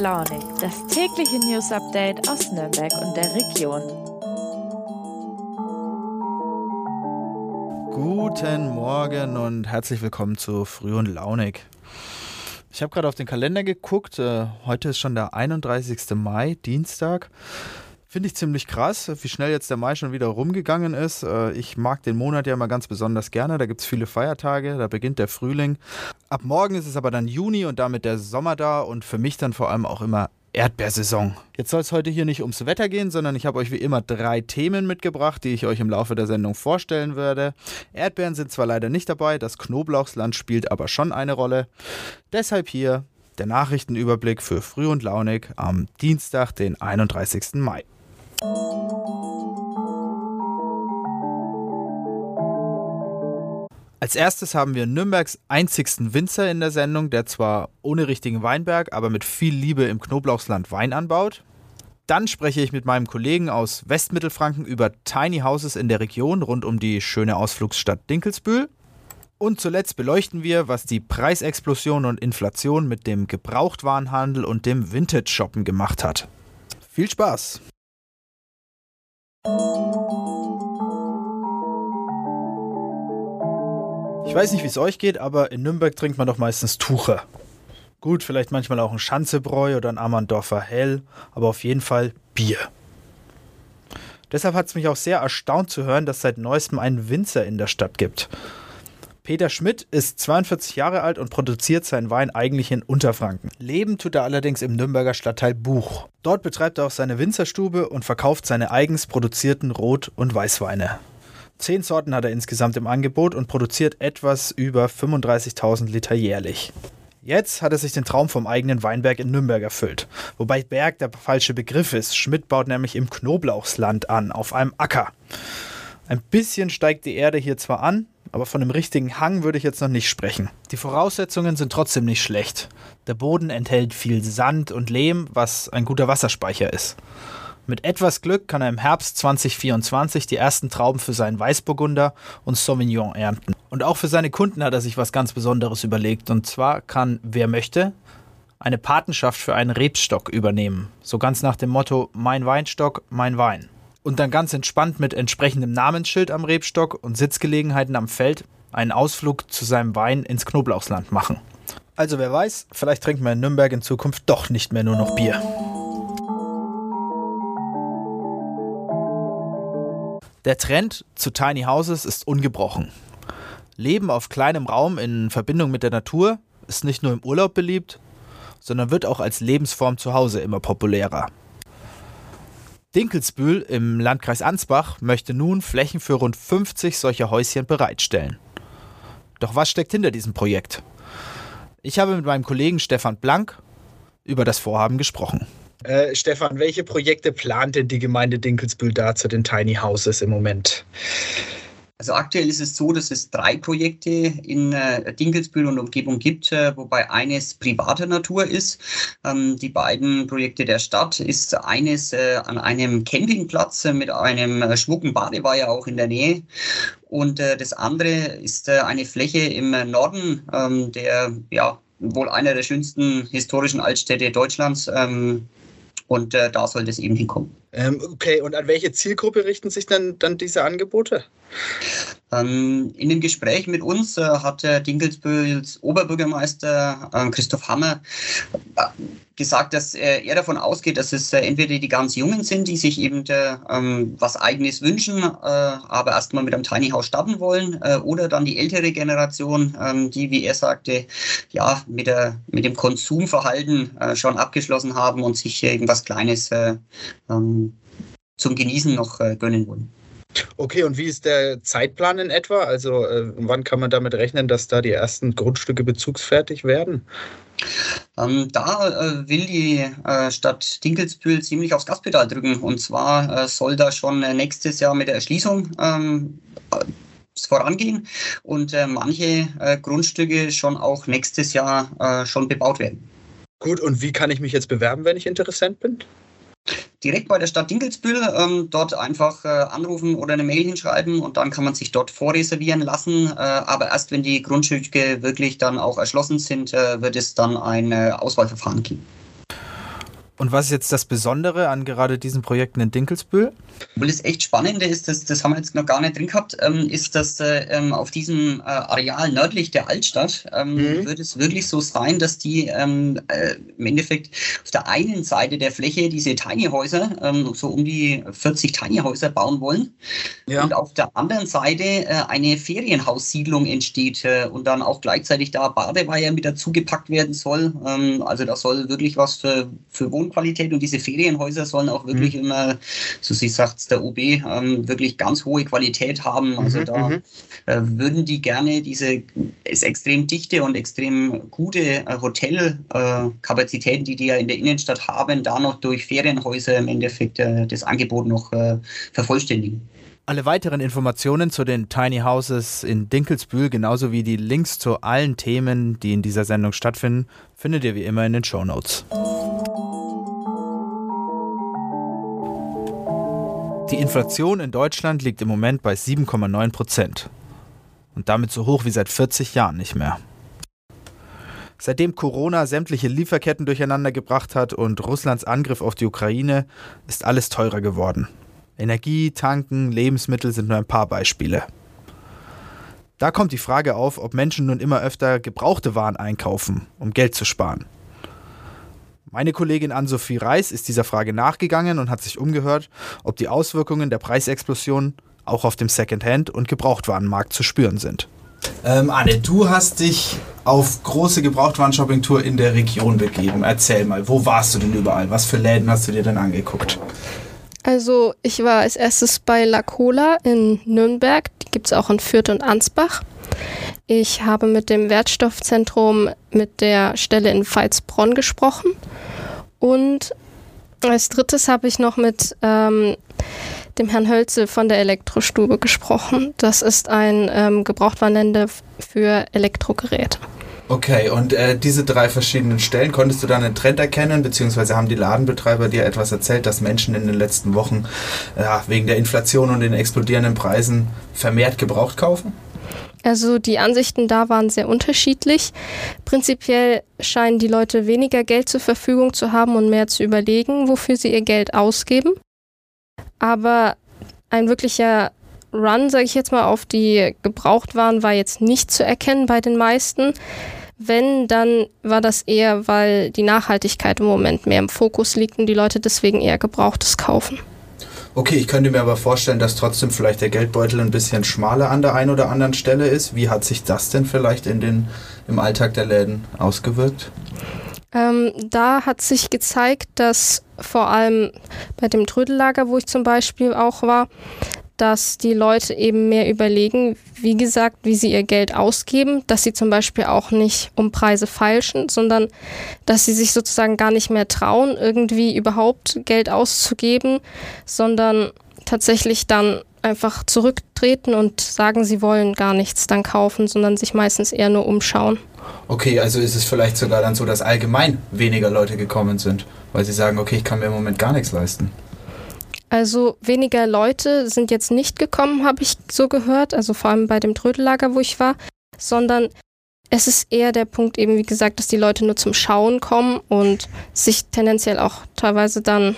Launig, das tägliche News-Update aus Nürnberg und der Region. Guten Morgen und herzlich willkommen zu Früh und Launig. Ich habe gerade auf den Kalender geguckt, heute ist schon der 31. Mai, Dienstag. Finde ich ziemlich krass, wie schnell jetzt der Mai schon wieder rumgegangen ist. Ich mag den Monat ja immer ganz besonders gerne, da gibt es viele Feiertage, da beginnt der Frühling. Ab morgen ist es aber dann Juni und damit der Sommer da und für mich dann vor allem auch immer Erdbeersaison. Jetzt soll es heute hier nicht ums Wetter gehen, sondern ich habe euch wie immer 3 Themen mitgebracht, die ich euch im Laufe der Sendung vorstellen werde. Erdbeeren sind zwar leider nicht dabei, das Knoblauchsland spielt aber schon eine Rolle. Deshalb hier der Nachrichtenüberblick für Früh und Launig am Dienstag, den 31. Mai. Als erstes haben wir Nürnbergs einzigsten Winzer in der Sendung, der zwar ohne richtigen Weinberg, aber mit viel Liebe im Knoblauchsland Wein anbaut. Dann spreche ich mit meinem Kollegen aus Westmittelfranken über Tiny Houses in der Region rund um die schöne Ausflugsstadt Dinkelsbühl. Und zuletzt beleuchten wir, was die Preisexplosion und Inflation mit dem Gebrauchtwarenhandel und dem Vintage-Shoppen gemacht hat. Viel Spaß! Ich weiß nicht, wie es euch geht, aber in Nürnberg trinkt man doch meistens Tucher. Gut, vielleicht manchmal auch ein Schanzebräu oder ein Ammerndorfer Hell, aber auf jeden Fall Bier. Deshalb hat es mich auch sehr erstaunt zu hören, dass es seit neuestem einen Winzer in der Stadt gibt. Peter Schmidt ist 42 Jahre alt und produziert seinen Wein eigentlich in Unterfranken. Leben tut er allerdings im Nürnberger Stadtteil Buch. Dort betreibt er auch seine Winzerstube und verkauft seine eigens produzierten Rot- und Weißweine. 10 Sorten hat er insgesamt im Angebot und produziert etwas über 35.000 Liter jährlich. Jetzt hat er sich den Traum vom eigenen Weinberg in Nürnberg erfüllt. Wobei Berg der falsche Begriff ist. Schmidt baut nämlich im Knoblauchsland an, auf einem Acker. Ein bisschen steigt die Erde hier zwar an, aber von einem richtigen Hang würde ich jetzt noch nicht sprechen. Die Voraussetzungen sind trotzdem nicht schlecht. Der Boden enthält viel Sand und Lehm, was ein guter Wasserspeicher ist. Mit etwas Glück kann er im Herbst 2024 die ersten Trauben für seinen Weißburgunder und Sauvignon ernten. Und auch für seine Kunden hat er sich was ganz Besonderes überlegt. Und zwar kann, wer möchte, eine Patenschaft für einen Rebstock übernehmen. So ganz nach dem Motto, mein Weinstock, mein Wein. Und dann ganz entspannt mit entsprechendem Namensschild am Rebstock und Sitzgelegenheiten am Feld einen Ausflug zu seinem Wein ins Knoblauchsland machen. Also wer weiß, vielleicht trinken wir in Nürnberg in Zukunft doch nicht mehr nur noch Bier. Der Trend zu Tiny Houses ist ungebrochen. Leben auf kleinem Raum in Verbindung mit der Natur ist nicht nur im Urlaub beliebt, sondern wird auch als Lebensform zu Hause immer populärer. Dinkelsbühl im Landkreis Ansbach möchte nun Flächen für rund 50 solcher Häuschen bereitstellen. Doch was steckt hinter diesem Projekt? Ich habe mit meinem Kollegen Stefan Blank über das Vorhaben gesprochen. Stefan, welche Projekte plant denn die Gemeinde Dinkelsbühl da zu den Tiny Houses im Moment? Also aktuell ist es so, dass es 3 Projekte in Dinkelsbühl und Umgebung gibt, wobei eines privater Natur ist. Die beiden Projekte der Stadt ist eines an einem Campingplatz mit einem schmucken Badeweiher auch in der Nähe. Und das andere ist eine Fläche im Norden der wohl einer der schönsten historischen Altstädte Deutschlands. Und da soll das eben hinkommen. Okay, und an welche Zielgruppe richten sich dann diese Angebote? In dem Gespräch mit uns hat Dinkelsbühls Oberbürgermeister Christoph Hammer gesagt, dass er davon ausgeht, dass es entweder die ganz Jungen sind, die sich eben was Eigenes wünschen, aber erstmal mit einem Tiny House starten wollen, oder dann die ältere Generation, die, wie er sagte, ja mit dem Konsumverhalten schon abgeschlossen haben und sich irgendwas Kleines zum Genießen noch gönnen wollen. Okay, und wie ist der Zeitplan in etwa? Also wann kann man damit rechnen, dass da die ersten Grundstücke bezugsfertig werden? Da will die Stadt Dinkelsbühl ziemlich aufs Gaspedal drücken. Und zwar soll da schon nächstes Jahr mit der Erschließung vorangehen und manche Grundstücke schon auch nächstes Jahr schon bebaut werden. Gut, und wie kann ich mich jetzt bewerben, wenn ich Interessent bin? Direkt bei der Stadt Dinkelsbühl, dort einfach anrufen oder eine Mail hinschreiben und dann kann man sich dort vorreservieren lassen. Aber erst wenn die Grundstücke wirklich dann auch erschlossen sind, wird es dann ein Auswahlverfahren geben. Und was ist jetzt das Besondere an gerade diesen Projekten in Dinkelsbühl? Weil das echt Spannende ist, das haben wir jetzt noch gar nicht drin gehabt, ist, dass auf diesem Areal nördlich der Altstadt wird es wirklich so sein, dass die im Endeffekt auf der einen Seite der Fläche diese Tiny Häuser, so um die 40 Tiny Häuser bauen wollen. Ja. Und auf der anderen Seite eine Ferienhaussiedlung entsteht und dann auch gleichzeitig da Badeweiher mit dazu gepackt werden soll. Also da soll wirklich was für Wohnqualität und diese Ferienhäuser sollen auch wirklich immer, so sie sagt der OB, wirklich ganz hohe Qualität haben. Also da würden die gerne diese extrem dichte und extrem gute Hotelkapazitäten, die ja in der Innenstadt haben, da noch durch Ferienhäuser im Endeffekt das Angebot noch vervollständigen. Alle weiteren Informationen zu den Tiny Houses in Dinkelsbühl, genauso wie die Links zu allen Themen, die in dieser Sendung stattfinden, findet ihr wie immer in den Shownotes. Die Inflation in Deutschland liegt im Moment bei 7,9%. Und damit so hoch wie seit 40 Jahren nicht mehr. Seitdem Corona sämtliche Lieferketten durcheinander gebracht hat und Russlands Angriff auf die Ukraine, ist alles teurer geworden. Energie, Tanken, Lebensmittel sind nur ein paar Beispiele. Da kommt die Frage auf, ob Menschen nun immer öfter gebrauchte Waren einkaufen, um Geld zu sparen. Meine Kollegin Ann-Sophie Reis ist dieser Frage nachgegangen und hat sich umgehört, ob die Auswirkungen der Preisexplosion auch auf dem Secondhand- und Gebrauchtwarenmarkt zu spüren sind. Anne, du hast dich auf große Gebrauchtwaren-Shopping-Tour in der Region begeben. Erzähl mal, wo warst du denn überall? Was für Läden hast du dir denn angeguckt? Also ich war als erstes bei La Cola in Nürnberg, die gibt es auch in Fürth und Ansbach. Ich habe mit dem Wertstoffzentrum mit der Stelle in Veitsbronn gesprochen und als drittes habe ich noch mit dem Herrn Hölzel von der Elektrostube gesprochen. Das ist ein Gebrauchtwarenländer für Elektrogeräte. Okay, und diese 3 verschiedenen Stellen, konntest du dann einen Trend erkennen, beziehungsweise haben die Ladenbetreiber dir etwas erzählt, dass Menschen in den letzten Wochen wegen der Inflation und den explodierenden Preisen vermehrt gebraucht kaufen? Also die Ansichten da waren sehr unterschiedlich. Prinzipiell scheinen die Leute weniger Geld zur Verfügung zu haben und mehr zu überlegen, wofür sie ihr Geld ausgeben. Aber ein wirklicher Run, sage ich jetzt mal, auf die Gebrauchtwaren war jetzt nicht zu erkennen bei den meisten. Wenn, dann war das eher, weil die Nachhaltigkeit im Moment mehr im Fokus liegt und die Leute deswegen eher Gebrauchtes kaufen. Okay, ich könnte mir aber vorstellen, dass trotzdem vielleicht der Geldbeutel ein bisschen schmaler an der einen oder anderen Stelle ist. Wie hat sich das denn vielleicht im Alltag der Läden ausgewirkt? Da hat sich gezeigt, dass vor allem bei dem Trödellager, wo ich zum Beispiel auch war, dass die Leute eben mehr überlegen, wie gesagt, wie sie ihr Geld ausgeben, dass sie zum Beispiel auch nicht um Preise feilschen, sondern dass sie sich sozusagen gar nicht mehr trauen, irgendwie überhaupt Geld auszugeben, sondern tatsächlich dann einfach zurücktreten und sagen, sie wollen gar nichts dann kaufen, sondern sich meistens eher nur umschauen. Okay, also ist es vielleicht sogar dann so, dass allgemein weniger Leute gekommen sind, weil sie sagen, okay, ich kann mir im Moment gar nichts leisten. Also weniger Leute sind jetzt nicht gekommen, habe ich so gehört, also vor allem bei dem Trödellager, wo ich war, sondern es ist eher der Punkt eben, wie gesagt, dass die Leute nur zum Schauen kommen und sich tendenziell auch teilweise dann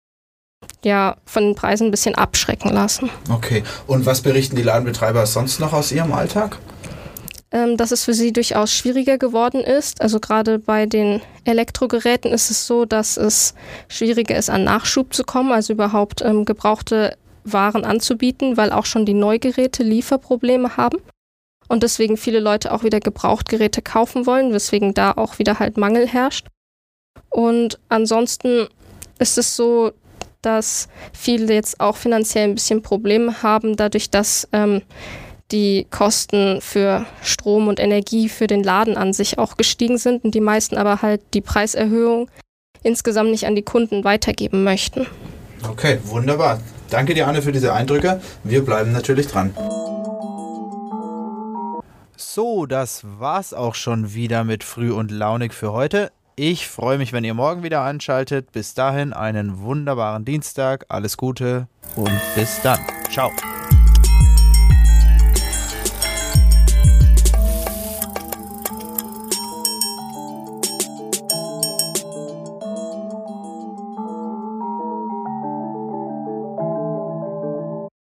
von den Preisen ein bisschen abschrecken lassen. Okay, und was berichten die Ladenbetreiber sonst noch aus ihrem Alltag? Dass es für sie durchaus schwieriger geworden ist. Also gerade bei den Elektrogeräten ist es so, dass es schwieriger ist, an Nachschub zu kommen, also überhaupt gebrauchte Waren anzubieten, weil auch schon die Neugeräte Lieferprobleme haben und deswegen viele Leute auch wieder Gebrauchtgeräte kaufen wollen, weswegen da auch wieder halt Mangel herrscht. Und ansonsten ist es so, dass viele jetzt auch finanziell ein bisschen Probleme haben, dadurch, dass die Kosten für Strom und Energie für den Laden an sich auch gestiegen sind und die meisten aber halt die Preiserhöhung insgesamt nicht an die Kunden weitergeben möchten. Okay, wunderbar. Danke dir, Anne, für diese Eindrücke. Wir bleiben natürlich dran. So, das war's auch schon wieder mit Früh und Launig für heute. Ich freue mich, wenn ihr morgen wieder einschaltet. Bis dahin einen wunderbaren Dienstag, alles Gute und bis dann. Ciao.